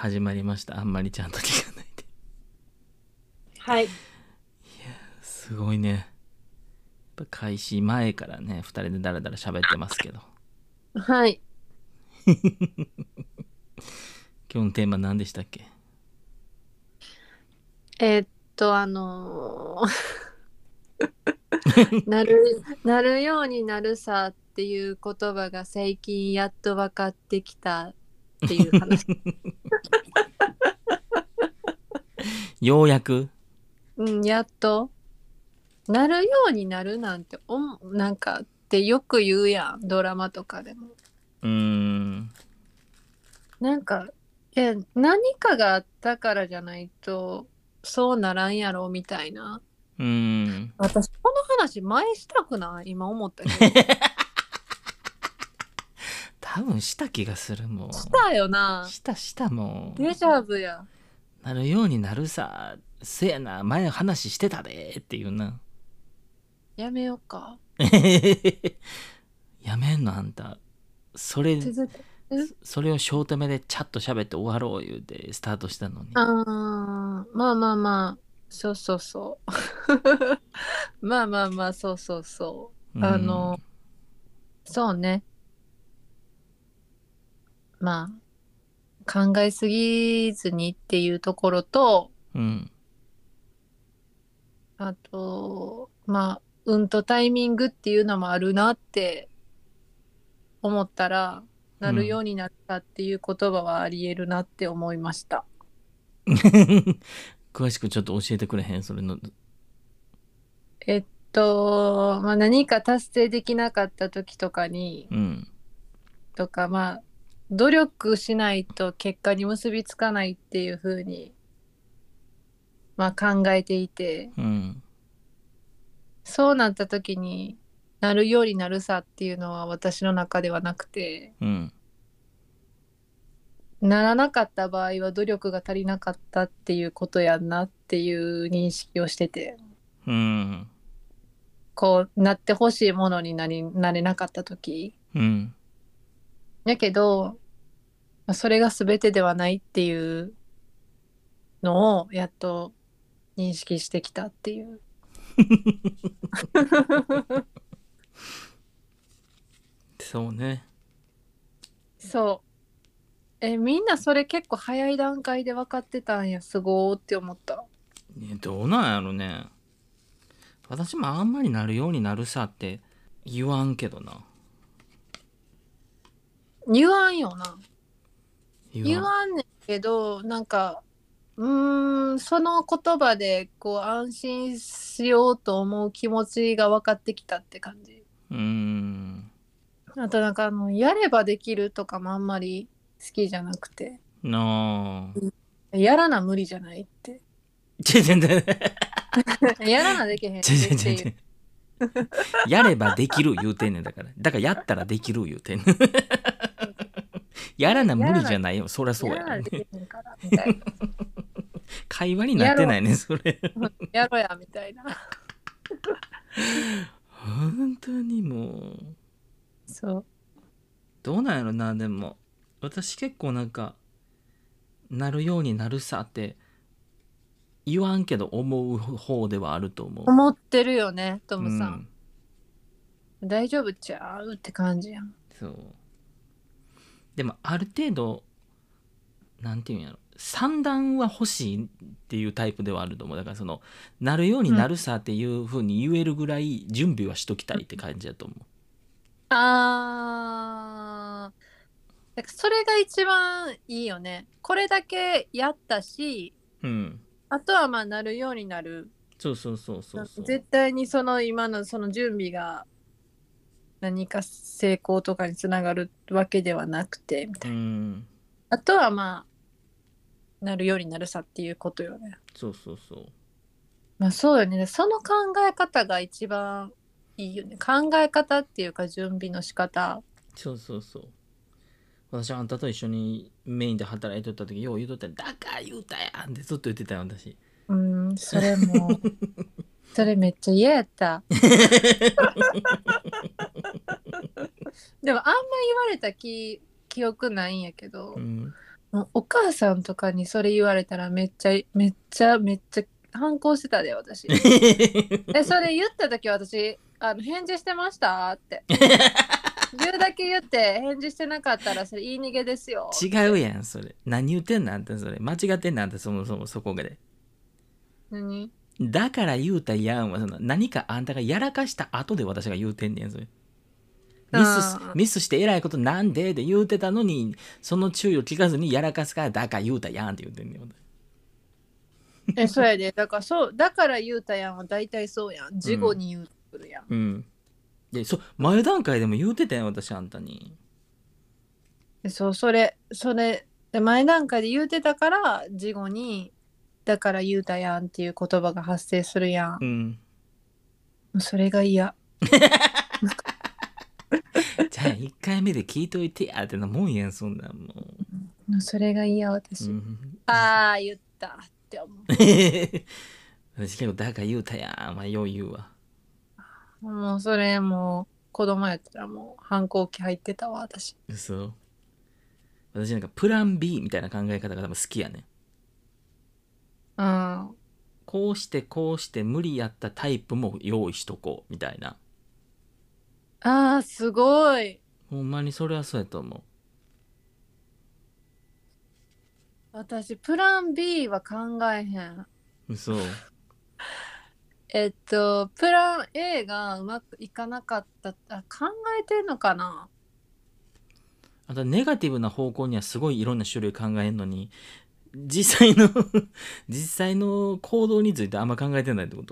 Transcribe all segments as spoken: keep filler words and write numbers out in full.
始まりました。あんまりちゃんと聞かないで。 はい。 すごいね。やっぱ開始前からね、ふたりでだらだら喋ってますけど。 はい。 今日のテーマ何でしたっけ？ えーっと、あのーなる、なるようになるさっていう言葉が最近やっと分かってきたっていう話。 ようやく。 うん、やっと。なるようになるなんて、おも、なんかってよく言うやん、ドラマとかでも。 うーん。 なんか、いや、何かがあったからじゃないと、そうならんやろ、みたいな。 うーん。 私、この話前したくない今思ったけど。 多分した気がするもん。 したよな。 したしたもん。 デジャブや。 なるようになるさ。せやな、前話してたでっていうな。 やめようか。 やめんのあんた。それ、 続ける。 それをショート目でチャッと喋って終わろう言うてスタートしたのに。 ああー、まあまあまあ、そうそうそう。まあまあまあ、そうそうそう。 うあの、 ん。 そうね。まあ、考えすぎずにっていうところと、 うん。 あと、まあ、運とタイミングっていうのもあるなって思ったら、なるうん。 ようになったっていう言葉はあり得るなって思いました。 詳しくちょっと教えてくれへんそれの。 えっと、まあ、何か達成できなかった時とかに、 うん。 とか、まあ、努力しないと結果に結びつかないっていうふうに、まあ、考えていて、 うん。 そうなった時になるようになるさっていうのは私の中ではなくて、 うん。 ならなかった場合は努力が足りなかったっていうことやんなっていう認識をしてて、 うん。 こうなってほしいものになり、なれなかった時。 うん。 やけど、まあそれが全てではないっていうのをやっと認識してきたっていう。 そうね。 そう。え、みんなそれ結構早い段階で分かってたんや、すごーって思った。 ね、どうなんやろね。私もあんまりなるようになるさって言わんけどな。 言わんよな。 言わん。 言わんねんけど、なんか、うーん、その言葉でこう安心しようと思う気持ちが分かってきたって感じ。 うーん。 あとなんかあの、やればできるとかもあんまり好きじゃなくて、 なあ。 やらな無理じゃないって。 ちょちょちょやらなできへんちょでっていう。 ちょちょやればできる言うてんねんだから。だからやったらできる言うてんねん。やらな無やらな、 理じゃないよ。そりゃそうや。 やらなできへんから、みたいな。 会話になっやろてないね、それ。 う、やろや、みたいな。 本当にもう。 そう。 どうなんやろな、でも。私結構なんか、なるようになるさって言わんけど思う方ではあると思思ってるよね、トう。うムさん。 ん。 大丈夫ちゃうって感じやん。 そう。でもある程度、なんていうんやろ。三段は欲しいっていうタイプではあると思う。だからその、なるようにうん。 なるさっていう風に言えるぐらい準備はしときたいって感じだと思あー、だからそれが一番いいよね。これだけやったし、 う。うん。 あとはまあなるようになる。 そうそうそうそうそう。 絶対にその今のその準備が何か成功とかにつながるわけではなくて、みうたいん。 な。あとはまあ、なるようになるさっていうことよね。 そうそうそう。 まあそうよね。その考え方が一番いいよね。考え方っていうか準備の仕方。 そうそうそう。私あんたと一緒にメインで働いとった時よう言うとったらだから言うたやんってずっと言ってたよ私。 うん、それも、それめっちゃ嫌やった。でもあんま言われた記、記憶ないんやけど、 うん。 もうお母さんとかにそれ言われたらめっちゃめっちゃめっちゃ反抗してたで私。え、それ言った時私あの返事してましたって言うだけ言って返事してなかったらそれ言い逃げですよって。 違うやんそれ。何言ってんなんてそれ。間違ってんなんてそもそもそこがで。 何だから言うたやんはその何かあんたがやらかした後で私が言うてんねんそれ。ミスすあーミスしてえらいことなんでって言うてたのにその注意を聞かずにやらかすからだから言うたやんって言うてんねん。 え、そうやで。だからそう、だから言うたやんは大体そうやん。事後に言うてくるやん。 うん。で、そ前段階でも言うてたやん私あんたに。 でそう、それ、それ、で前段階で言うてたから、事後に、だから言うたやんっていう言葉が発生するやん。もうん。 うそれが嫌。 じゃあいっかいめで聞いといてやってなもんやんそんなんももうそれが嫌、 う。う私。 ん。 ああ、言ったって思私結構だから言うたやん。まあよう言うわ。 う。もうそれもう、子供やったらもう反抗期入ってたわ、私。 嘘。私なんかプラン B みたいな考え方が多分好きやねん。 うん。あこうしてこうして無理やったタイプも用意しとこうみたいな。 あ、すごい。 ほんまにそれはそうやと思私、プラン B は考えへん。 う。嘘。 えっと、プラン A がうまくいかなかった、あ、考えてんのかな。 あとネガティブな方向にはすごいいろんな種類考えんのに、実際の実際の行動についてあんま考えてないってこと？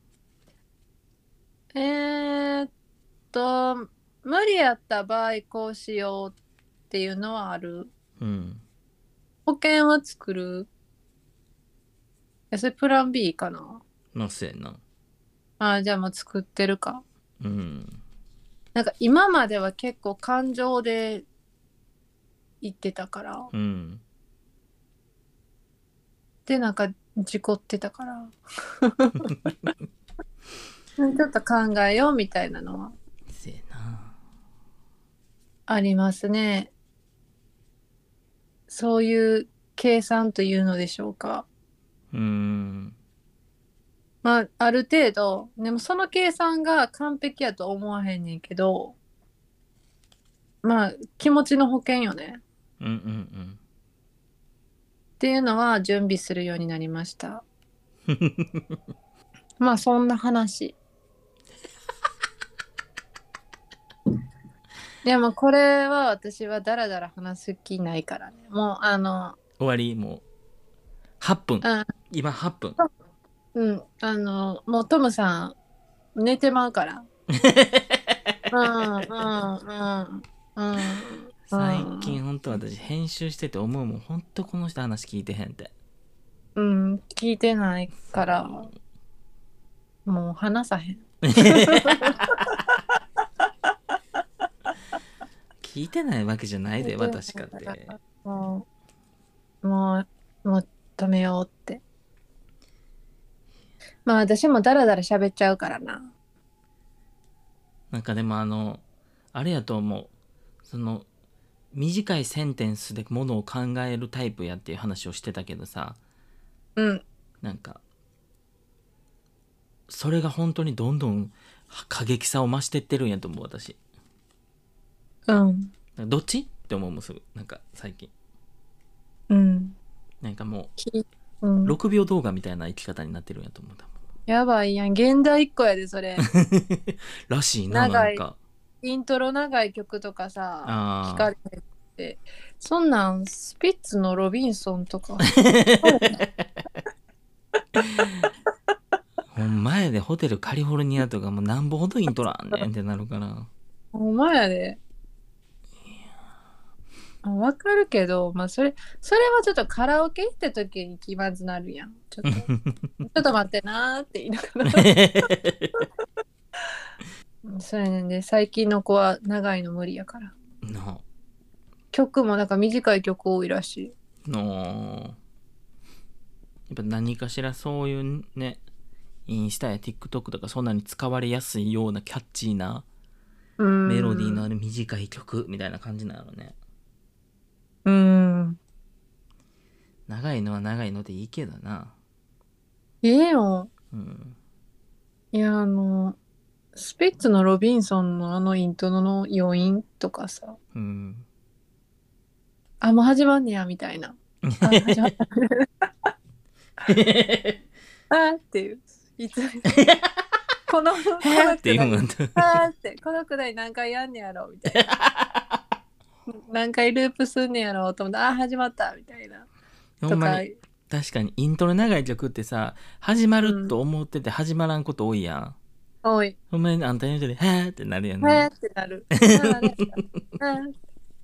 えーっと、無理やった場合こうしようっていうのはある。 うん。 保険は作る。え、それプラン B かな。 まあそうやな。 あ、じゃあもう作ってるか。 うん。 なんか今までは結構感情で言ってたから。 うん。 で、なんか事故ってたから。ちょっと考えようみたいなのはせやな。 ありますね。そういう計算というのでしょうか。 うーん。 まあ、ある程度、でもその計算が完璧やと思わへんねんけど、まあ、気持ちの保険よね。 うんうんっていうのは準備するようになりました。まあ、そんな話。でも、これは私はダラダラ話す気ないからね。もう、あの、 終わりもうはっぷん。 うん、 今はっぷん。 うん、あの、もうトムさん、寝てまうから。うん、うん、うん、うん、うん。 最近ほんと私編集してて思うもん。ほんとこの人話聞いてへんって。 うん、聞いてないそから、もう話さへん。 う聞いてないわけじゃないで、 聞いてない私かっから、 て。 もう、もう、もう止めようって。まあ私もダラダラ喋っちゃうからな。 なんかでもあの、あれやと思う。その、短いセンテンスでものを考えるタイプやっていう話をしてたけどさ、 うん、 なんか、それが本当にどんどん過激さを増してってるんやと思う、私。 うん、 どっちって思うもん、すぐ。なんか、最近。 うん。 なんかもきうう、 ん。 ろくびょう動画みたいな生き方になってるんやと思う。多分やばいやん。現代一個やで、それ。 らしいな、な長い、 んか。 イントロ長い曲とかさ、聞かあれへんって。そんなん、スピッツのロビンソンとか。 ほんまやで、ホテルカリフォルニアとかもうなんぼほどイントロあんねんってなるから。 ほんまやで。あわかるけど、まあそれ、それはちょっとカラオケ行った時に気まずなるやん。ちょっと、ちょっと待ってなーって言いながら。うんそうやねんで、最近の子は長いの無理やから。 の、 曲もなんか短い曲多いらしい。 の、やっぱ何かしらそういうね、インスタや TikTok とかそんなに使われやすいようなキャッチーなうーん。 メロディーのある短い曲みたいな感じなのね。 うーん。 長いのは長いのでいいけどな。 ええよ。 うん。 いや、あの、スピッツのロビンソンのあのイントロの余韻とかさ、 うん。 あ、もう始まんねや、みたいな。あ、始まった。あーっていう。いつ、この、こはぁってのくだり、 言うんだ。 あーって、このくだり何回やんねやろ、みたいな。何回ループすんねやろと思って、あー始まった、みたいな。とか、 ほんまに。確かにイントロ長い曲ってさ、始まうん、 ると思ってて始まらんこと多いやん。 多い。 ほんまにあんたの言うとり、はぁってなるやんな。 えーってなる。あーね、あー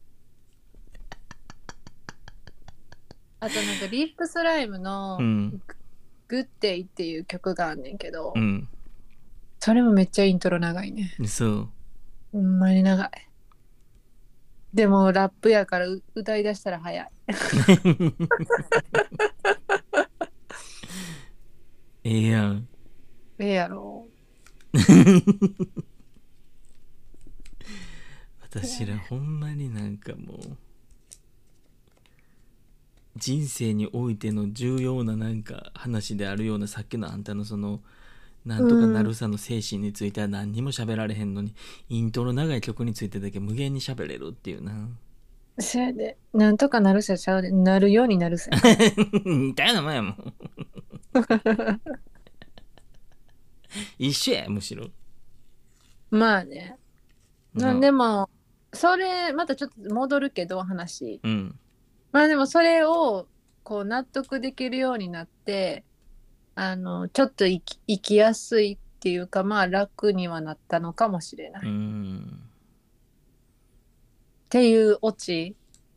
あとなんかリップスライムのうん。 グッデイっていう曲があんねんけど、 うん。 それもめっちゃイントロ長いね。 そう。 ほんまに長い。でもラップやからう歌い出したら早い。 ええやん。 ええやろ。 私らほんまになんかもう、人生においての重要ななんか話であるようなさっきのあんたのその、なんとかなうん。 るさの精神については何にも喋られへんのに、イントロ長い曲についてだけ無限に喋れるっていうな。 そやで。なんとかなるさちゃうで。なるようになるさやから。 みたいなもんやもん。一緒や、むしろ。 まあね。なんなあ。 でも、それ、またちょっと戻るけど、話。 うん。 まあでもそれを、こう納得できるようになって、あの、ちょっと生き、生きやすいっていうか、まあ楽にはなったのかもしれなうーい。っん。 ていうオチ。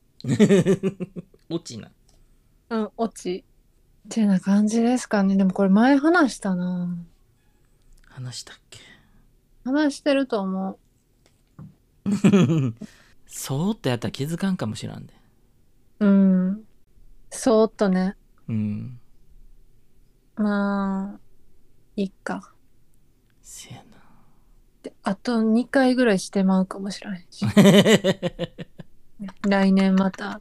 落ちな。 うん、オチ。ってな感じですかね。でもこれ前話したな。 話したっけ？ 話してると思そーっとやったら気づかんかもしらんで。 う。うん。そーっとね。 うん。 まあ、いいか。 せやで、あとにかいぐらいしてまうかもしれないな。 し。来年また。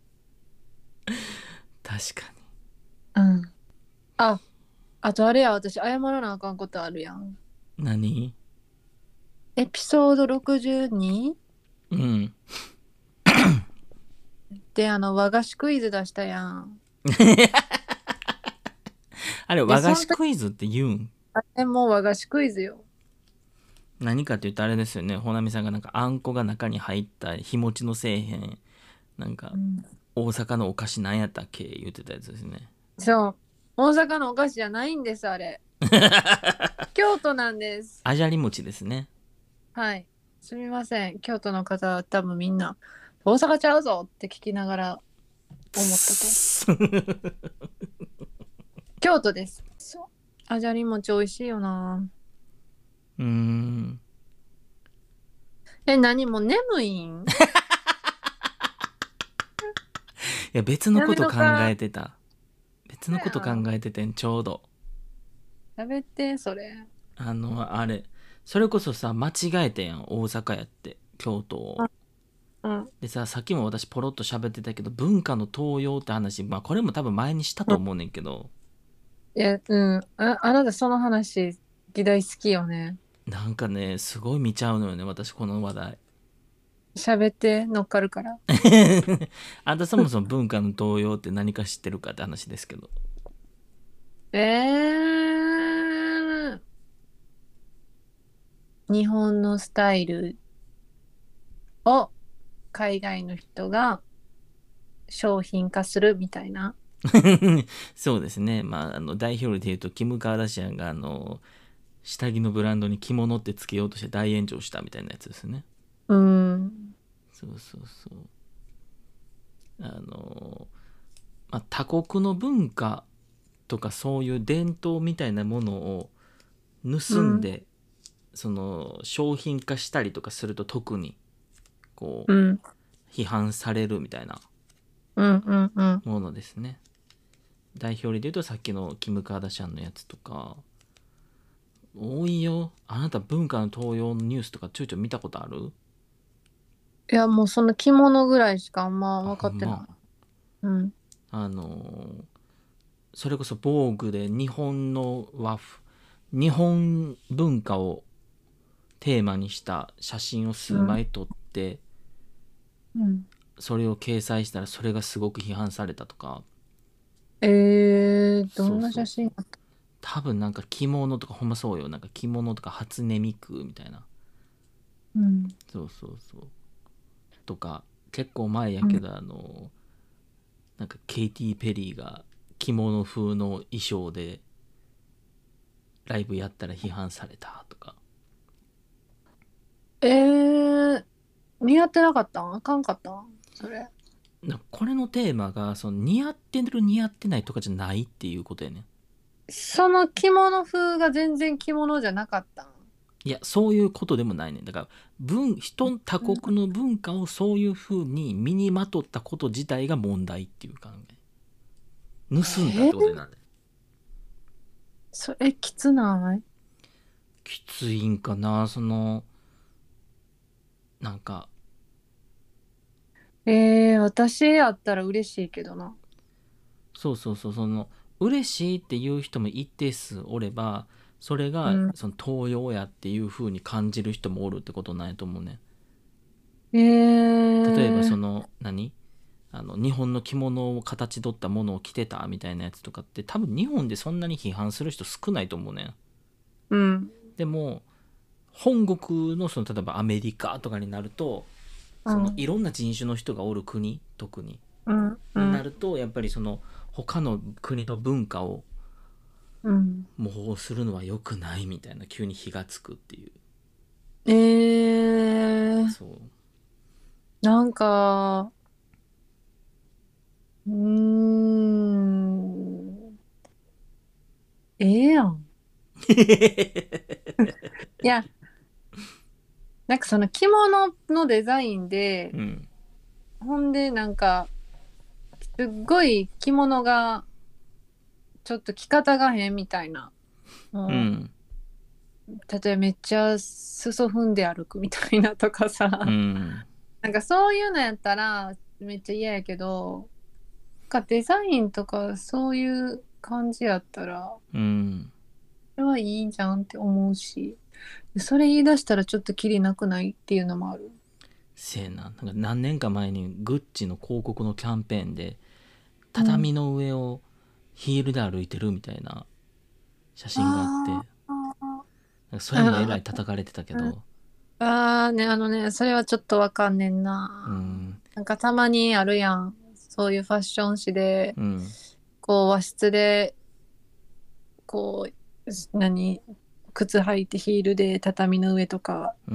確かうん。あ、あとあれや、私謝らなあかんことあるやん。 に。何？ エピソードろくじゅうにうん。 で、あの、和菓子クイズ出したやん。 あれ、 で、 和菓子その時、 クイズって言うん？ あれもう和菓子クイズよ。 何かって言うとあれですよね。ほなみさんがなんかあんこが中に入った日持ちのせえへん、なんかうん。 大阪のお菓子なんやったっけ言ってたやつですね。 そう。大阪のお菓子じゃないんです、あれ。京都なんです。 あじゃり餅ですね。 はい。すみません。京都の方は多分みんな、大阪ちゃうぞって聞きながら思ったと。京都です。そう。あじゃり餅美味しいよな。 うーん。 え、何もう眠いん？ いや、別のやめこと考ろか。 えてた。別のこと考そうやん。 えててん、ちょうど。 喋って、それ。 あの、あれ。それこそさ、間違えてやん、大阪やって、京都を。 あ、うん。 でさ、さっきも私ポロッと喋ってたけど、文化の東洋って話、まあこれも多分前にしたうん。 と思うねんけど、 いや、うん。あ、あなたその話、議題好きよね。 なんかね、すごい見ちゃうのよね、私この話題。 喋って、乗っかるから。 あんたそもそも文化の東洋って何か知ってるかって話ですけど。 えー、日本のスタイルを海外の人が商品化するみたいな。 そうですね。まあ、あの代表例で言うと、キム・カーダシアンがあの、下着のブランドに着物ってつけようとして大炎上したみたいなやつですね。 うん。 そうそうそう。あの、まあ、他国の文化とかそういう伝統みたいなものをうん。 盗んで、その商品化したりとかすると特にこうん。 う批判されるみたいなうん。うん。うん。 ものですね。代表例で言うとさっきのキム・カーダシャンのやつとか多いよ。あなた文化の東洋のニュースとかちょいちょい見たことある？ いや、もうその着物ぐらいしかあんまあ、 分かほんま。 ってない。うん。 あのーそれこそ防具で日本の和風日本文化をテーマにした写真を数枚撮って、 うん。 それを掲載したらそれがすごく批判されたとか。 えー、どんなそうそう、 写真だった？ 多分なんか着物とかほんまそうよ、なんか着物とか初音ミクみたいな。 うん。 そうそうそうとか、結構前やうん。 けど、あのなんかケイティ・ペリーが着物風の衣装でライブやったら批判されたとか。 えー、似合ってなかったん？あかんかったんそれ。 なこれのテーマがその似合ってる似合ってないとかじゃないっていうことやね。 その着物風が全然着物じゃなかったん？ いや、そういうことでもないねん。だから文人他うん。 国の文化をそういう風に身にまとったこと自体が問題っていう考え。盗んだっえー、 てことになる。 それきつない？ きついんかな、そのなんか。 えー、私やったら嬉しいけどな。 そうそうそう、その嬉しいっていう人も一定数おれば、それがうん。 その東洋やっていう風に感じる人もおるってことなんやと思うね。 え例えばそー、 の何あの日本の着物を形取ったものを着てたみたいなやつとかって多分日本でそんなに批判する人少ないと思うねん。 うん。 でも本国のその例えばアメリカとかになると、そのいうん。 ろんな人種の人がおる国特にうん。うになん。 ると、やっぱりその他の国の文化をうん。 模倣するのは良くないみたいな、急に火がつくっていう。 えー、 そう。 なんか、うーん、ええやん。いや、なんかその着物のデザインで、 うん。 ほんでなんか、すっごい着物がちょっと着方が変みたいな。もうん。 う、例えばめっちゃ裾踏んで歩くみたいなとかうさ、 ん。 なんかそういうのやったらめっちゃ嫌やけど、なんかデザインとかそういう感じやったら、 うん。 それはいいじゃんって思うし、それ言い出したらちょっとキリなくないっていうのもある。 せやな。なんか何年か前にグッチの広告のキャンペーンでうん。 畳の上をヒールで歩いてるみたいな写真があって、 あーなんかそれもえらいあ叩かれてたけー、 ど。 あーね、あのね、それはちょっとわかんねんな。 うん。 なんかたまにあるやん。そういうファッション誌で、 うん。 こう和室で、こう、何、靴履いてヒールで畳の上とか。 うん。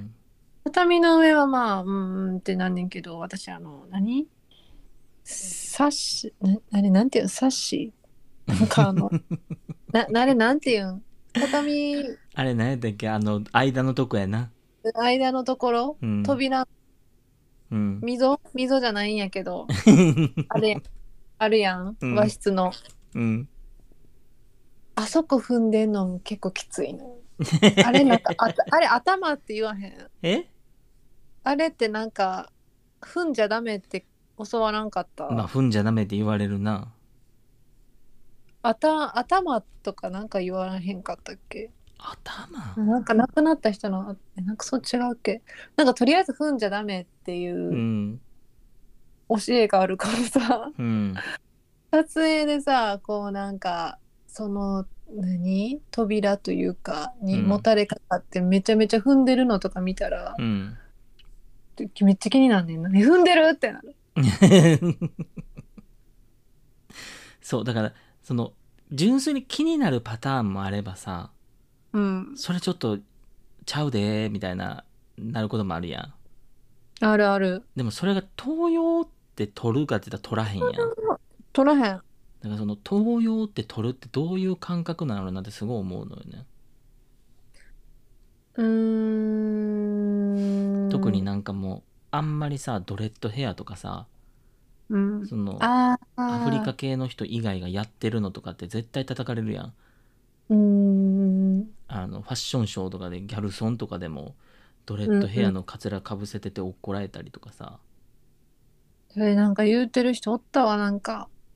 畳の上はまあ、うんうんってなんねんけど、私あの、何サッシ、な、あれなんていうの、サッシなんかあの、な、あれなんていうん畳、 あれ何やったっけ、あの間のとこやな。 間のところ、 うん。 扉、 うん。 溝溝じゃないんやけど、あれ、あるやん、和うん。 室の。 うん。 あそこ踏んでんの結構きついの。あれなんか、あ、あれ頭って言わへん。 え、 あれってなんか、踏んじゃダメって教わらんかった。 まあ踏んじゃダメって言われるな。 あた、頭とかなんか言わへんかったっけ？ 頭。 なんか亡くなった人の、えなんかそう違うっけ？なんかとりあえず踏んじゃダメっていううん。 教えがあるからさ、 うん。 撮影でさ、こうなんか、その、何扉というか、にもうん。 たれかかってめちゃめちゃ踏んでるのとか見たら、 うん。 めっちゃ気になんねんな。え踏んでるってなる。 そうだから、その純粋に気になるパターンもあればさ、 うん。 それちょっとちゃうでーみたいななることもあるやん。 あるある。 でもそれが東洋って取るかって言ったら取らへんやん。だ取らへん。 からその東洋って取るってどういう感覚なのなってすごい思うのよね。 うーん。 特になんかもうあんまりさ、ドレッドヘアとかさ、 うん。 そのあアフリあ。 カ系の人以外がやってるのとかって絶対叩かれるやん。 うーん。 あのファッションショーとかでギャルソンとかでもドレッドうんうん。 ヘアのカツラかぶせてて怒られたりとかさ。 それなんか言うてる人おったわ、なんか。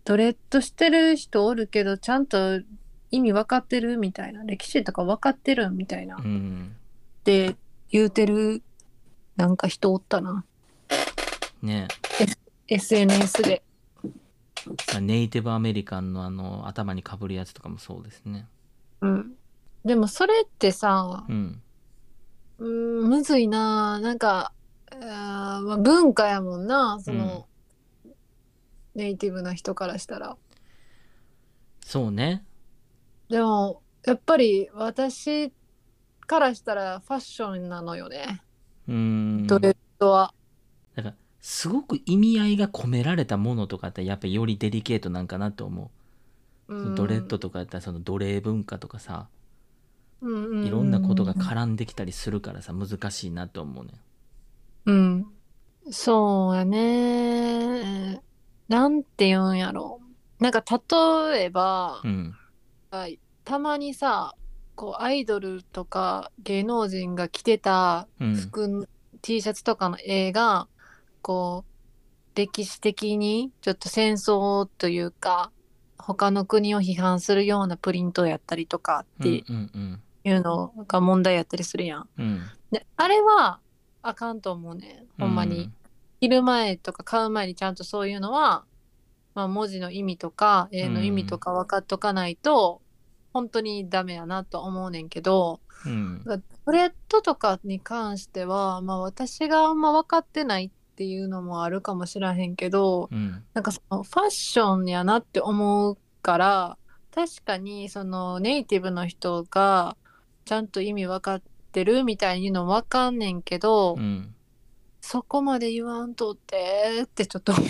ドレッドしてる人おるけどちゃんと意味分かってるみたいな、歴史とか分かってるみたいなっうんて言うてるなんか人おったな、 ねエスエヌエス で。 ネイティブアメリカンのあの頭にかぶるやつとかもそうですね。 うん。でもそれってさ、 うんうーん、むずいな。なんか、あーまあ、文化やもんな、その、ネイティブな人からしたら。 そうね。 でも、やっぱり私からしたらファッションなのよね。 うーんドレッドは。 だからすごく意味合いが込められたものとかってやっぱりよりデリケートなんかなと思う。 うそのドレッドん。 とかやったらその奴隷文化とかさ、 うんうんいろんなことがうん絡んできたりするからさ、難しいなと思うね。 うん。そうやね。なんて言うんやろ。なんか例えば、 うんあたまにさ、こうアイドルとか芸能人が着てたうん服、T シャツとかの絵が、こう歴史的にちょっと戦争というか、他の国を批判するようなプリントやったりとかっうんうてんうんいうのが問題やったりするやん。 うんで、あれはあかんと思うね。 うほんまに。 ん着る前とか買う前にちゃんとそういうのは、まあ、文字の意味とかう絵の意味とんか分かっとかないと本当にダメやなと思うねんけど、 うんブレッドとかに関しては、まあ、私があんま分かってないっていうのもあるかもしらへんけど、 うんなんかそのファッションやなって思うから、確かにそのネイティブの人がちゃんと意味分かってるみたいにの分かんねんけど、 うんそこまで言わんとってってちょっと思う。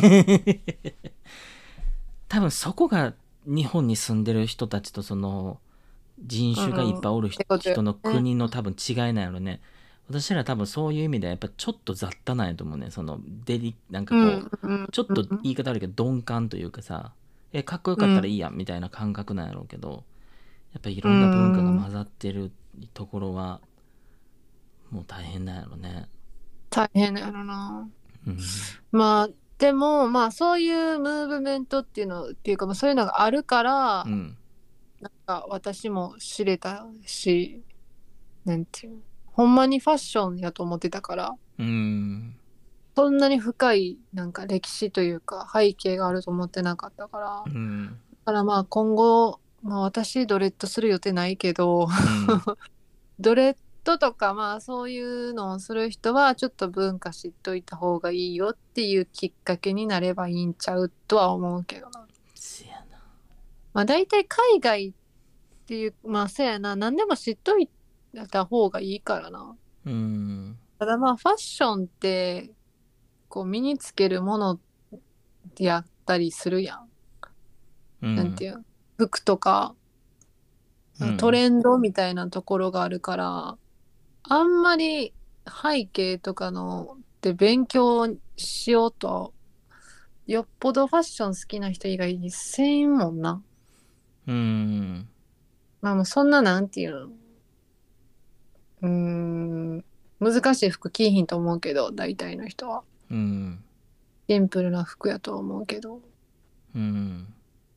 多分そこが日本に住んでる人たちとその人種がいっぱいおるってことよ人のね。 国の多分違いなんやろね。私ら多分そういう意味ではやっぱちょっと雑多なんやと思うね。そのデリなんかうこうんうんちょっとうん言い方悪いけど鈍感というかさ、えかっこようかったらいいんやんみたいな感覚なんやろうけど、やっぱいうろんな文化がん。 混ざってるところはもう大変なんやろね。 大変やろな。 うんまあでもまあそういうムーブメントっていうのっていうか、まあ、そういうのがあるからうんなんか私も知れたし、なんていうの、ほんまにファッションやと思ってたから、 うんそんなに深いなんか歴史というか背景があると思ってなかったから、 うんだからまあ今後、まあ、私ドレッドする予定ないけど、 うんドレッドとかまあそういうのをする人はちょっと文化知っといた方がいいよっていうきっかけになればいいんちゃうとは思うけどな。 せやな。 まあ大体海外っていう、まあそうやな、何でも知っといた方がいいからな。 うんただまあファッションってこう身につけるものやったりするやん。 うんなんていうの、服とかうんトレンドみたいなところがあるから、あんまり背景とかので勉強しようと、よっぽどファッション好きな人以外にせんもんな。 うんまあもうそんななんていうの、うーん、難しい服着いひんと思うけど、大体の人は。 うんシンプルな服やと思うけど。 うん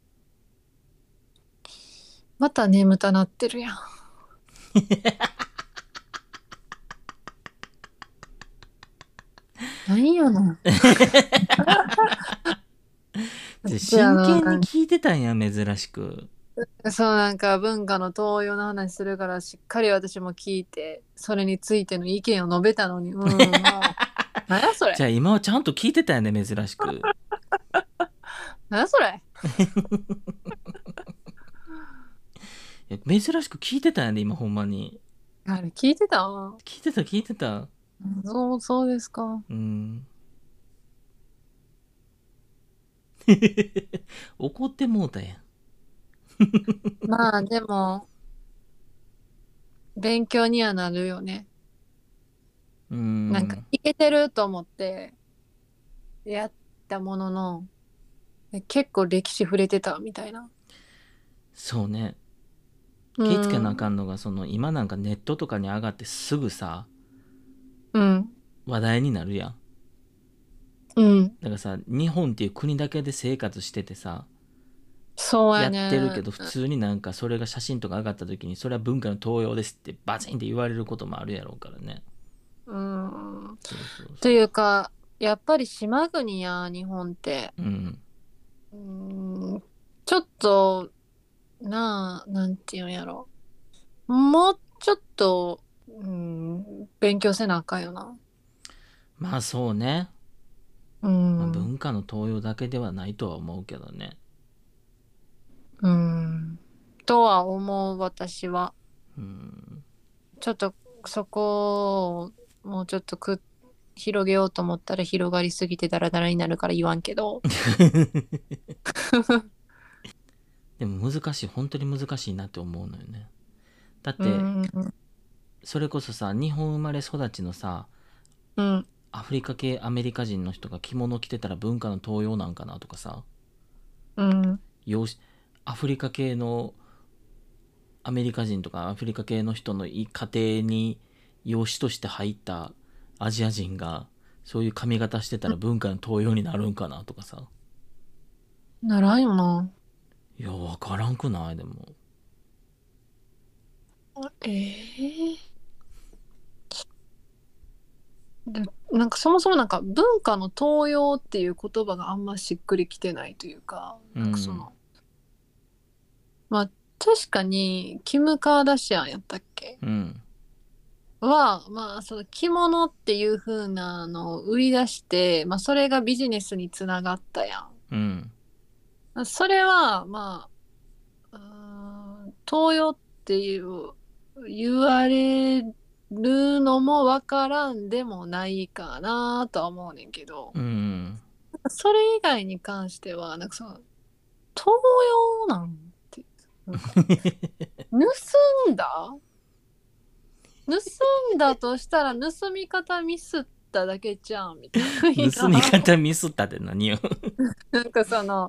また眠たなってるやん。何やの。で、あの、 真剣に聞いてたんや、珍しく。 そうなんか文化の東洋の話するからしっかり私も聞いて、それについての意見を述べたのに、うん、もう、何やそれ。 じゃあ今はちゃんと聞いてたんやね、珍しく。 何やそれ。 いや珍しく聞いてたんやね、今ほんまに。 あれ聞いてたわ。 聞いてた、聞いてた。 そう、そうですか。 うん。怒ってもうたやん。 まあでも、勉強にはなるよね。 うなんか、 ん。 いけてると思ってやったものの、結構歴史触れてたみたいな。 そうね。 う気ぃつけなあかん。 んのが、その今なんかネットとかに上がってすぐさ、 うん。 話題になるやん。 うん。 だからさ、日本っていう国だけで生活しててさ、 そうややってるけね。 ど普通になんかそれが写真とか上がった時にそれは文化の盗用ですってバチンって言われることもあるやろうからね。 うん。 そうそうとそう。 いうか、やっぱり島国や、日本って。 うん。 うん。ちょっと、なあ、なんていうんやろ。もうちょっと、うん、勉強せなあかんよな。 まあそうね。 うまあ、 ん。 文化の盗用だけではないとは思うけどね。 うん。とは思う、私は。 うん。 ちょっと、そこを、もうちょっとく、広げようと思ったら広がりすぎてダラダラになるから言わんけど。 でも難しい、本当に難しいなって思うのよね。だっうて、 ん。 それこそさ、日本生まれ育ちのさ、 うん。 アフリカ系アメリカ人の人が着物着てたら文化の盗用なんかなとかさ、 うん。 養子アフリカ系のアメリカ人とかアフリカ系の人の家庭に養子として入ったアジア人がそういう髪型してたら文化の盗用になるんかなとかさ。 ならんよな。 いや、わからんくないでも。 ええで、なんかそもそもなんか文化の盗用っていう言葉があんましっくりきてないというか、 うん。 なんかその、まあ確かにキム・カーダシアンやったっけうん。 は、まあその着物っていう風なのを売り出して、まあそれがビジネスにつながったやうん。 ん。それはまあ、うーん、盗用っていう言われるのもわからんでもないかなとは思うねんけど、 うん。 それ以外に関しては、なんかその、盗用なんて、なんか、盗んだ盗んだとしたら盗み方ミスっただけじゃん、みたい盗みな。 方ミスったって何よ。 なんかその、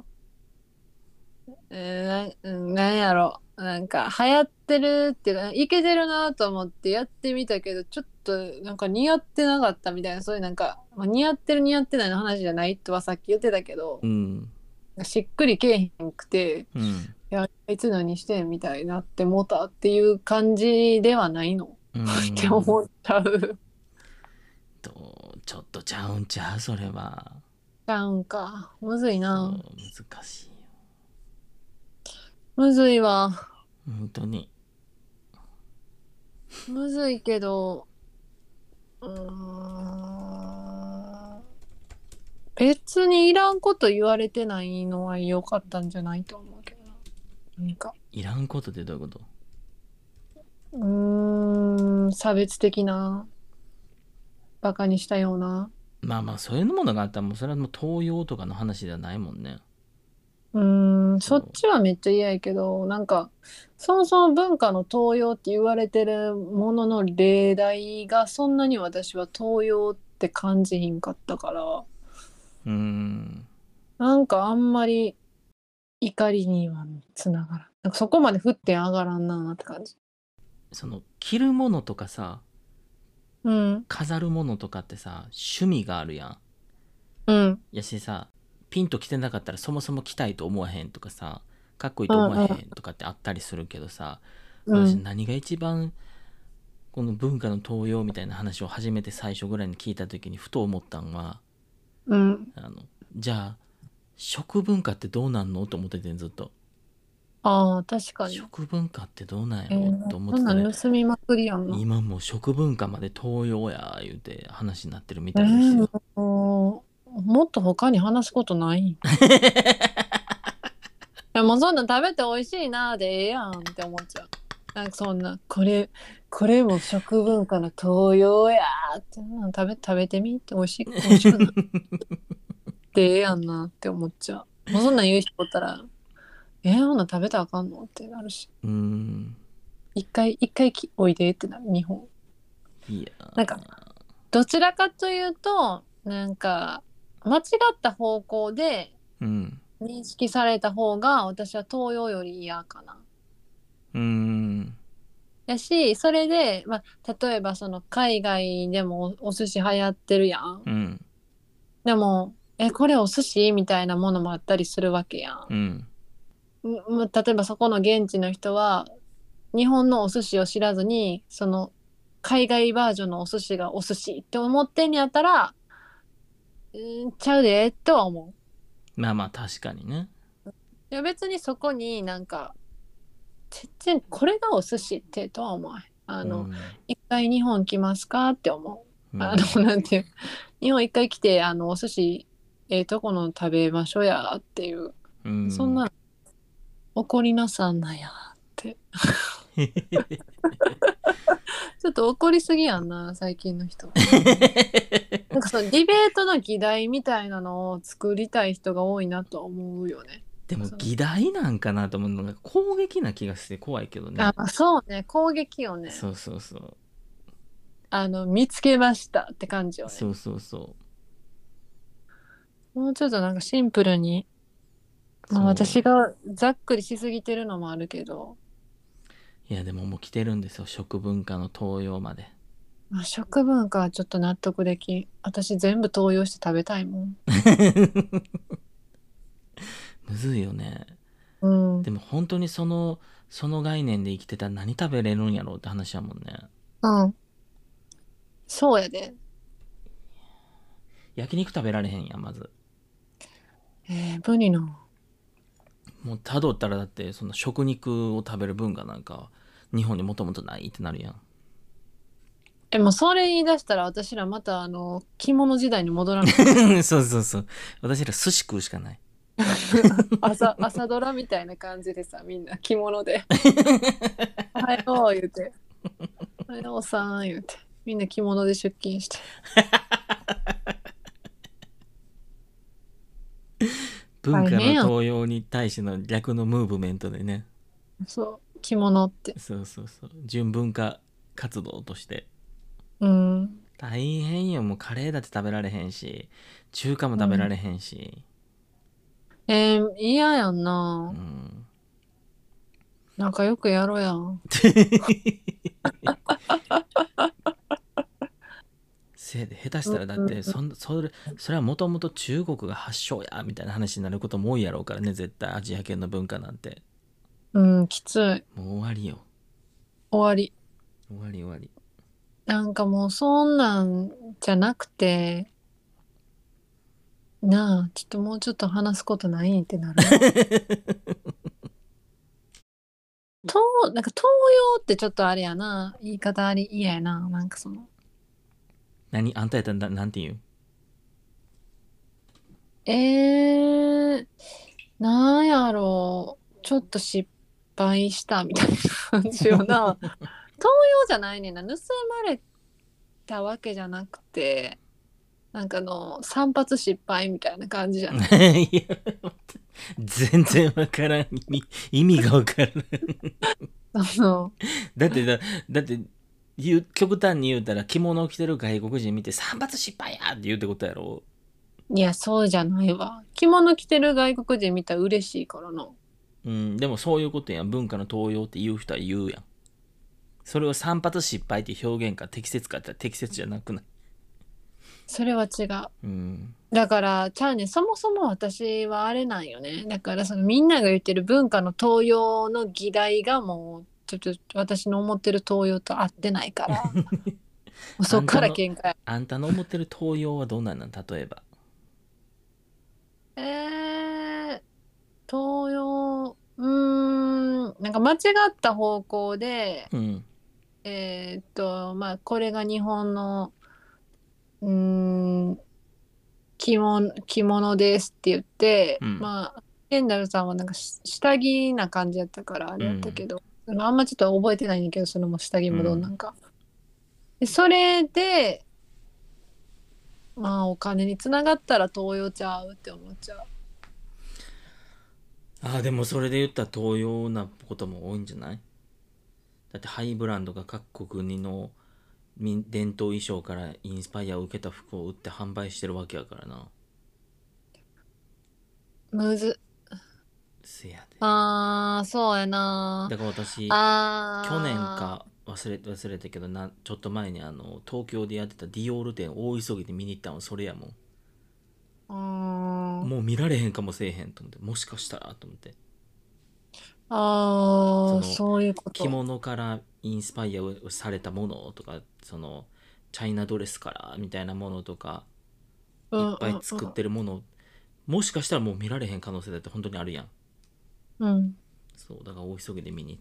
えー、ななんやろ。なんか流行ってるっていうか、いけてるなと思ってやってみたけど、ちょっとなんか似合ってなかったみたいな、そういうなんか、まあ、似合ってる似合ってないの話じゃないとはさっき言ってたけど、 うん。 しっくりけえへんくて、いうん。 や、あいつ何してんみたいになってもうたっていう感じではないのうってん。 思っちゃう。 と、ちょっとちゃうんちゃうそれは。 ちゃうんか。むずいそう、 な。 難しいよ。 むずいわ。 本当に。 むずいけど、うーん。別にいらんこと言われてないのは良かったんじゃないと思うけどな。何か。 いらんことってどういうこと？ うーん、差別的な、バカにしたような。 まあまあ、そういうものがあったらもうそれはもう東洋とかの話ではないもんね。 うーん、そっそちはめっちゃ嫌やけど、なんか、そもそも文化の盗用って言われてるものの例題がそんなに私は盗用って感じひんかったから、 う。うーん。 なんかあんまり怒りにはつながらん。なんかそこまで降って上がらんなって感じ。 その、着るものとかさ、 うん、 飾るものとかってさ、趣味があるやん。 うん、 やしさ、ピンと着てなかったらそもそも着たいと思わへんとかさ、かっこいいうん、 と思わへうん、 んとかってあったりするけどさ、 うん、 私何が一番この文化の盗用みたいな話を初めて最初ぐらいに聞いた時にふと思ったんは、 うん。 あの、じゃあ、食文化ってどうなんのと思っててんずっと。 ああ、確かに。 食文化ってどうなんやろっえー、そんなて思ってたら、 ん盗みまくりやんな。 今もう食文化まで盗用や言うて話になってるみえたいですよ。 ー、もう、もっと他に話すことない？でもそんなん食べて美味しいなでええやんって思っちゃう。なんかそんな、これ、これも食文化の東洋やーって、なん食べ、食べてみって美味しい、美味しくなってええやんなって思っちゃう。もうそんなん言う人おったら、えー、ほんなん食べたらあかんのってなるし。 うーん。 一回、一回きおいでってなる、日本。 いやなんか、どちらかというと、なんか、間違った方向でー、うん。 認識された方が私は東洋より嫌かな。 うーん。 やし、それで、まあ、例えばその海外でもお、お寿司流行ってるやん。 うん。 でもえこれお寿司みたいなものもあったりするわけやん。 うんん例えばそこの現地の人は日本のお寿司を知らずにその海外バージョンのお寿司がお寿司って思ってんやったら、うんちゃうでとは思う。 まあまあ確かにね。 いや別にそこになんか全然これがお寿司ってとは思わへん。あの、 うん一回日本来ますかって思う。あうんの、なんていう、日本一回来て、あの、お寿司、ええとこの食べましょうやっていう、 うんそんな、怒りなさんなやって。ちょっと怒りすぎやんな、最近の人。なんかそのディベートの議題みたいなのを作りたい人が多いなと思うよね。 でもその議題なんかなと思うのが攻撃な気がして怖いけどね。 あ、そうね、攻撃よね。 そうそうそうあの、見つけましたって感じよね。 そうそうそもうちょっとなんかシンプルに、まあ、 うそう。 私がざっくりしすぎてるのもあるけど、 いやでももう来てるんですよ、食文化の登用まで。 まあ、食文化はちょっと納得できん。私全部登用して食べたいもん。 むずいよね。 うん。 でも本当にそのその概念で生きてたら何食べれるんやろうって話やもんね。 うん。そうやで。 焼肉食べられへんやんまず。 えー、無理な。 もうたどったらだってその食肉を食べる文化なんか日本にもともとないってなるやん。 え、もうそれ言い出したら私らまたあの、着物時代に戻らない。 そうそうそう。私ら寿司食うしかない。 朝、朝ドラみたいな感じでさ、みんな着物で。おはよう言うて。おはようさん言うて。みんな着物で出勤して。 文化の大変やん。 登用に対しての逆のムーブメントでね。 そう、着物って。 そうそうそう。純文化活動として。 うん。 大変よ。もうカレーだって食べられへんし、中華も食べられへんし。 えー、嫌やんうな。 ん。 なんかよくやろうやん。 せいで下手しうんたらだっうんうんてそんそれそれはもともと中国が発祥やみたいな話になることも多いやろうからね、絶対アジア圏の文化なんて。 うん、きつい。 もう終わりよ。 終わり。 終わり終わり。 なんかもうそんなんじゃなくて、なあ、ちょっともうちょっと話すことないってなる。東、なんか東洋ってちょっとあれやな。言い方あり嫌やな。なんかその。 何あんたやったらななんて言う？ えー、なんやろう。ちょっと失敗したみたいな感じよな。東洋じゃないねんな。盗まれたわけじゃなくて、なんかあの、散髪失敗みたいな感じじゃない。 いや全然わからん。意味意味がわからん。 その、 だってだだって言う極端に言うたら着物を着てる外国人見て散髪失敗やって言うってことやろ。 いや、そうじゃないわ。着物着てる外国人見たら嬉しいからな。 うん、でもそういうことやん。文化の登用って言う人は言うやん。それを散髪失敗って表現か適切かって言ったら適切じゃなくない？ それは違う。 うん。 だから、ちゃうねん、そもそも私はあれなんよね。だから、そのみんなが言ってる文化の登用の議題がもう、ちょっと私の思ってる登用と合ってないから、もうそっからあんたの喧嘩や。 あんたの思ってる登用はどうなんなん？例えば。 えー、登用、うーん、なんか間違った方向で、 うん。 えーっと、まあ、これが日本の、うーん、着物、着物ですって言って、 うん。 まあ、ケンダルさんはなんかし下着な感じやったからあれやったうん。 けど、あのあんまちょっと覚えてないんだけど、それも下着もどんなうん。 んか。で、それで、まあ、お金につながったら東洋ちゃうって思っちゃう。 ああ、でもそれで言ったら東洋なことも多いんじゃない？だってハイブランドが各国の民伝統衣装からインスパイアを受けた服を売って販売してるわけやからな。 むず。 せやで。 あー、そうやな。 だから私、去年あか忘れ忘れたけどな、ちょっと前にあの東京でやってたディオール店大急ぎで見に行ったのそれやもん。 うーん。 もう見られへんかもせえへんと思って、もしかしたらと思って、そああ、 のそういうこ着と。 物からインスパイアをされたものとか、そのチャイナドレスからみたいなものとかいっうんうんぱい作ってるもの、もしかしたらもう見られへん可能性だって本当にあるやん。 うん。うん。 そうだから大急ぎで見に行った。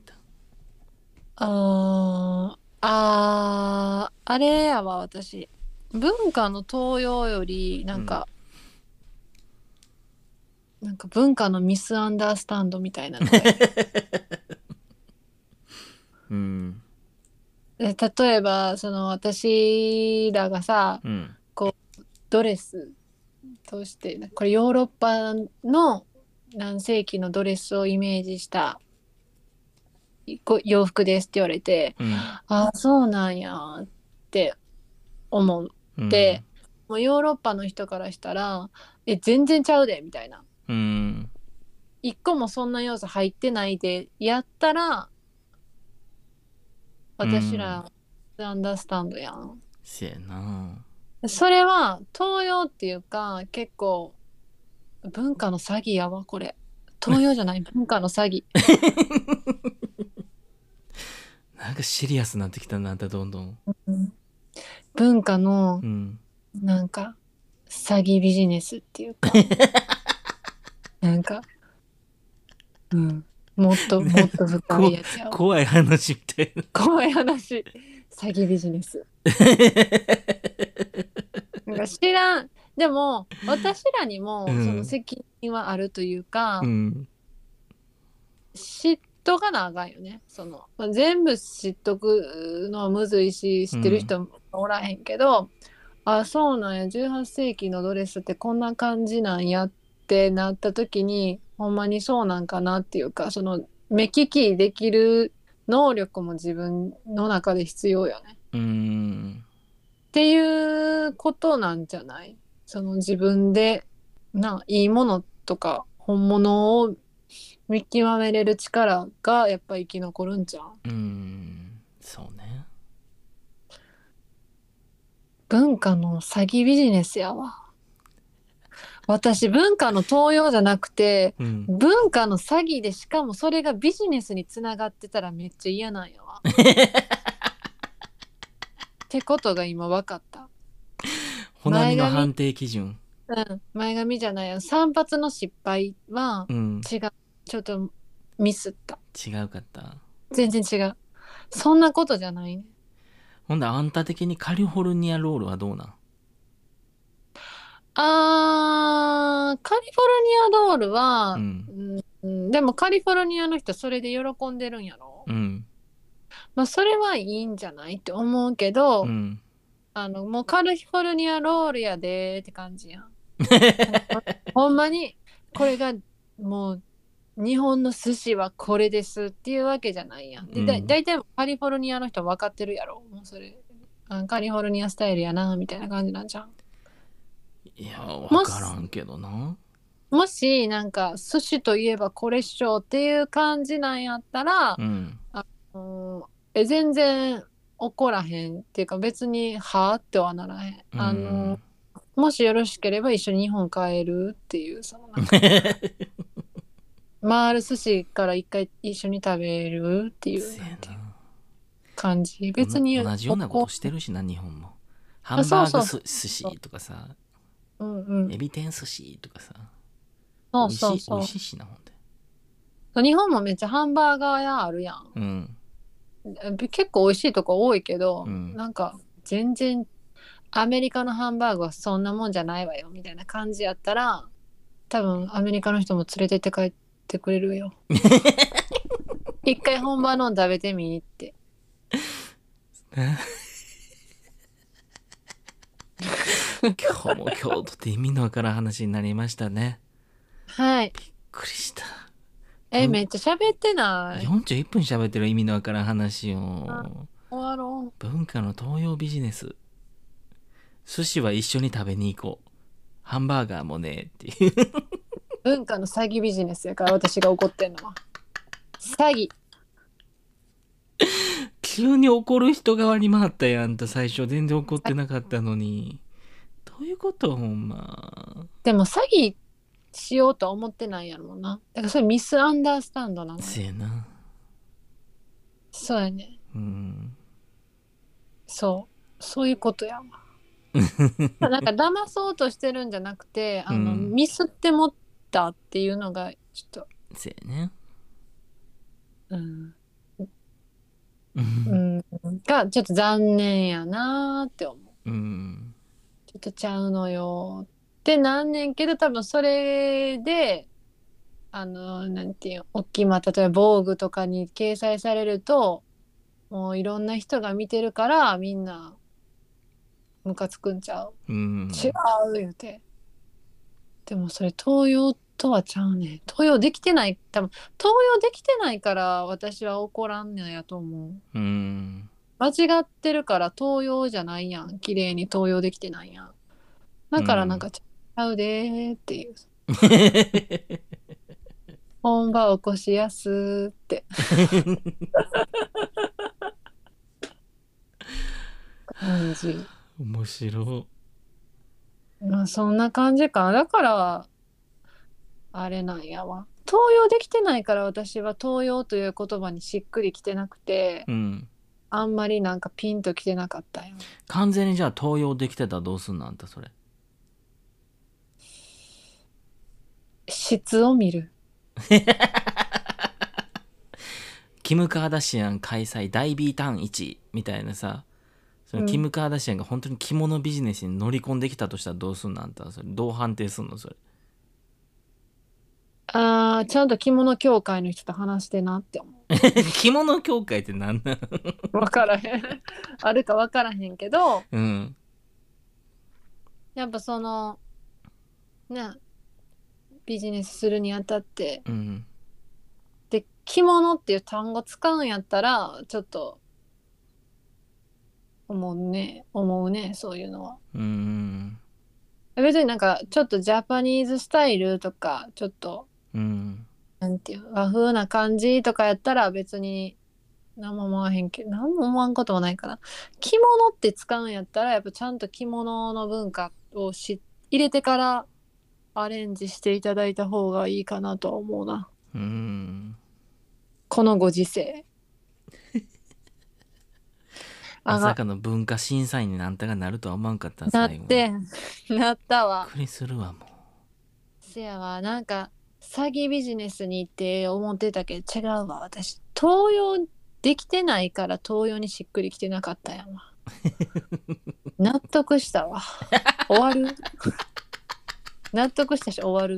あーあー、あれやわ、私。文化の東洋より、なんうんか、なんか文化のミスアンダースタンドみたいなのがいい。 うん。 で例えば、その私らがさ、 うん。 こう、ドレスとして、これヨーロッパの何世紀のドレスをイメージしたこ洋服ですって言われて、 うん。 ああ、そうなんやって思っうん。 て、もうヨーロッパの人からしたら、え、全然ちゃうで、みたいな。 うん。 一個もそんな要素入ってないで、やったら、 うん。 私ら、アンダースタンドやん。 せやな。 それは、東洋っていうか、結構、文化の詐欺やわ、これ。東洋じゃない、文化の詐欺。 なんかシリアスになってきたな、あんたどんどん。 うん、文化の、 うん。 なんか、詐欺ビジネスっていうか、なんか、うん。もっともっと深いこやつやわ。 怖い話みたいな。 怖い話。詐欺ビジネス。なんか知らん。でも、私らにもそのうん。 責任はあるというか、 うん。 知っとかなあかんよね。その、まあ全部知っとくのはむずいし、知ってるうん。 人もおらへんけど、あ、そうなんや、じゅうはっ世紀のドレスってこんな感じなんやってなった時に、ほんまにそうなんかなっていうか、その目利きできる能力も自分の中で必要よね。 うん。 っていうことなんじゃない？その自分でないいものとか本物を見極めれる力がやっぱ生き残るんじゃん。 うん。そうね。 文化の詐欺ビジネスやわ。私文化の盗用じゃなくてうん。 文化の詐欺で、しかもそれがビジネスにつながってたらめっちゃ嫌なんやわ。ってことが今分かった。 ほなみ前髪、 の判定基準。 うん、前髪じゃないよ。散髪の失敗はうん。 違う。ちょっとミスった。 違うかった。 全然違う。そんなことじゃないね。 ほんだあんた的にカリフォルニアロールはどうなん？ あー、カリフォルニアドールは、 うん。 うん、でもカリフォルニアの人それで喜んでるんやろ？ うん。 まあそれはいいんじゃないって思うけど、 うん。 あの、もうカリフォルニアロールやでーって感じやん。ほんまに、これがもう日本の寿司はこれですっていうわけじゃないやん。で、だ、 うん。 だいたいカリフォルニアの人分かってるやろ。もうそれ、あカリフォルニアスタイルやな、みたいな感じなんじゃん。 いや、わもし、 からんけどな。 もし、なんか、寿司といえばこれっしょっていう感じなんやったら、 うん。 あのえ、全然怒らへんっていうか別に、はあってはならへん。 うあのん。 もしよろしければ一緒に日本帰るっていう、そのなんか、回る寿司から一回一緒に食べるっていう、 せやなんていうな。 感じ。 おな別に同じようなこと怒してるしな、日本も。ハあ、 ンバーグそうそうそす寿う。 司とかさ、 うんうん。 エビ天寿司とかさ、 そう美味しい、美味そうそしいしな、ほんで。 う。日本もめっちゃハンバーガー屋あるやん。 うん。 結構美味しいとこ多いけど、 うん。 なんか全然アメリカのハンバーグはそんなもんじゃないわよみたいな感じやったら、多分アメリカの人も連れてって帰ってくれるよ。一回本場の食べてみって。 今日も京都って意味のわからん話になりましたね。 はい。 びっくりした。 え、 とめっちゃ喋ってない？ よんじゅういっぷん喋ってる意味のわからん話あ、 を。 終わろ文化の東洋ビジネス。寿司は一緒に食べに行こう。ハンバーガーもねっていう。 う。文化の詐欺ビジネスやから私が怒ってんのは。詐欺。 急に怒る人側に回ったやんと、最初全然怒ってなかったのに。どういうことほんま。 でも詐欺しようとは思ってないやろな。だからそれミスアンダースタンドなのよ。 せやな。 そうやね。 うん。 そうそういうことやわ。なんか騙そうとしてるんじゃなくて、あの、 うん、 ミスってもったっていうのがちょっと、 せやね。 うんううん、がちょっと残念やなーって思う。 ん。 ちょっとちゃうのよってなんねんけど、多分それであのなんていう大きい、まあ、例えば防具とかに掲載されるともういろんな人が見てるからみんなムカつくんちゃう。 う違ん。 う言うて。でもそれ盗用とはちゃうねん。盗用できてない、多分盗用できてないから私は怒らんのやと思う。 うん。 間違ってるから盗用じゃないやん。綺麗に盗用できてないやん。だからなんうん。 かちゃうでーっていう。本場起こしやすーって感じ。 面白まあそんな感じか。だからあれなんやわ。盗用できてないから私は盗用という言葉にしっくりきてなくて、 い。うん。 あんまりなんかピンときてなかったよ。 完全にじゃあ盗用できてたらどうすんのあんたそれ。 質を見る。 キム・カーダシアン開催大 B ターンいちみたいなさ、そのキうん、 ム・カーダシアンが本当に着物ビジネスに乗り込んできたとしたらどうすんのあんたそれ。どう判定すんのそれ。 あーちゃんと着物協会の人と話してなって思着物協会ってなんなん？ う。分からへん。あるか分からへんけど、 うん。 やっぱそのね、ビジネスするにあたってうん。 で着物っていう単語使うんやったらちょっと思うね思うね、そういうのは。 うん。 別になんかちょっとジャパニーズスタイルとかちょっとうん。 なんていう和風な感じとかやったら別に何も思わへんけど、何も思わんこともないかな。着物って使うんやったらやっぱちゃんと着物の文化をし入れてからアレンジしていただいた方がいいかなとは思うな、 うん。 このご時世。あがまさかの文化審査員にあんたがなるとは思わんかったなっ最後に。びってなったわ。 くりするわもせやわ、なんか詐欺ビジネスにって思ってたけど違うわ。私盗用できてないから盗用にしっくりきてなかったやんわ。納得したわ。終わる。納得したし終わる。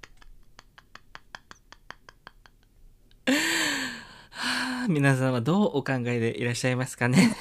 う。皆さんはどうお考えでいらっしゃいますかね？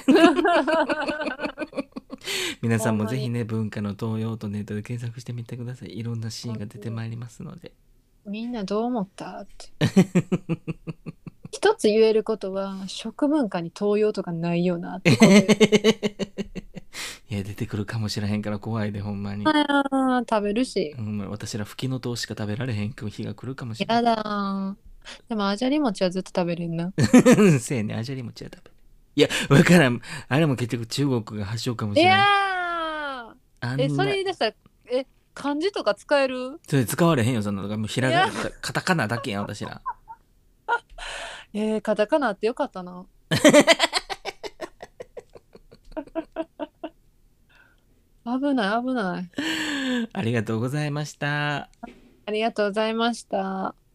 皆さんほんまにもぜひね、文化の東洋とネットで検索してみてください。いろんなシーンが出てまいりますので。 みんなどう思ったって。一つ言えることは食文化に盗用とかないよなってことよ。 いや、出てくるかもしれへんから怖いで、ほんまに。 あー食べるし。 ほんま私ら吹きの塔しか食べられへん日が来るかもしれやだー。でもあじゃり餅はずっと食べれんな。 ん。せやね、あじゃり餅は食べる。いや、わからん。あれも結局中国が発祥かもいやしれん。 ーえ、それあんな、 言い出したら、え、漢字とか使える？ それ使われへんよ、そんなのが。もうひらがいや、 な、カタカナだけやん、私ら。 えー、カタカナってよかったな。危ない危ない。 ありがとうございました。 ありがとうございました。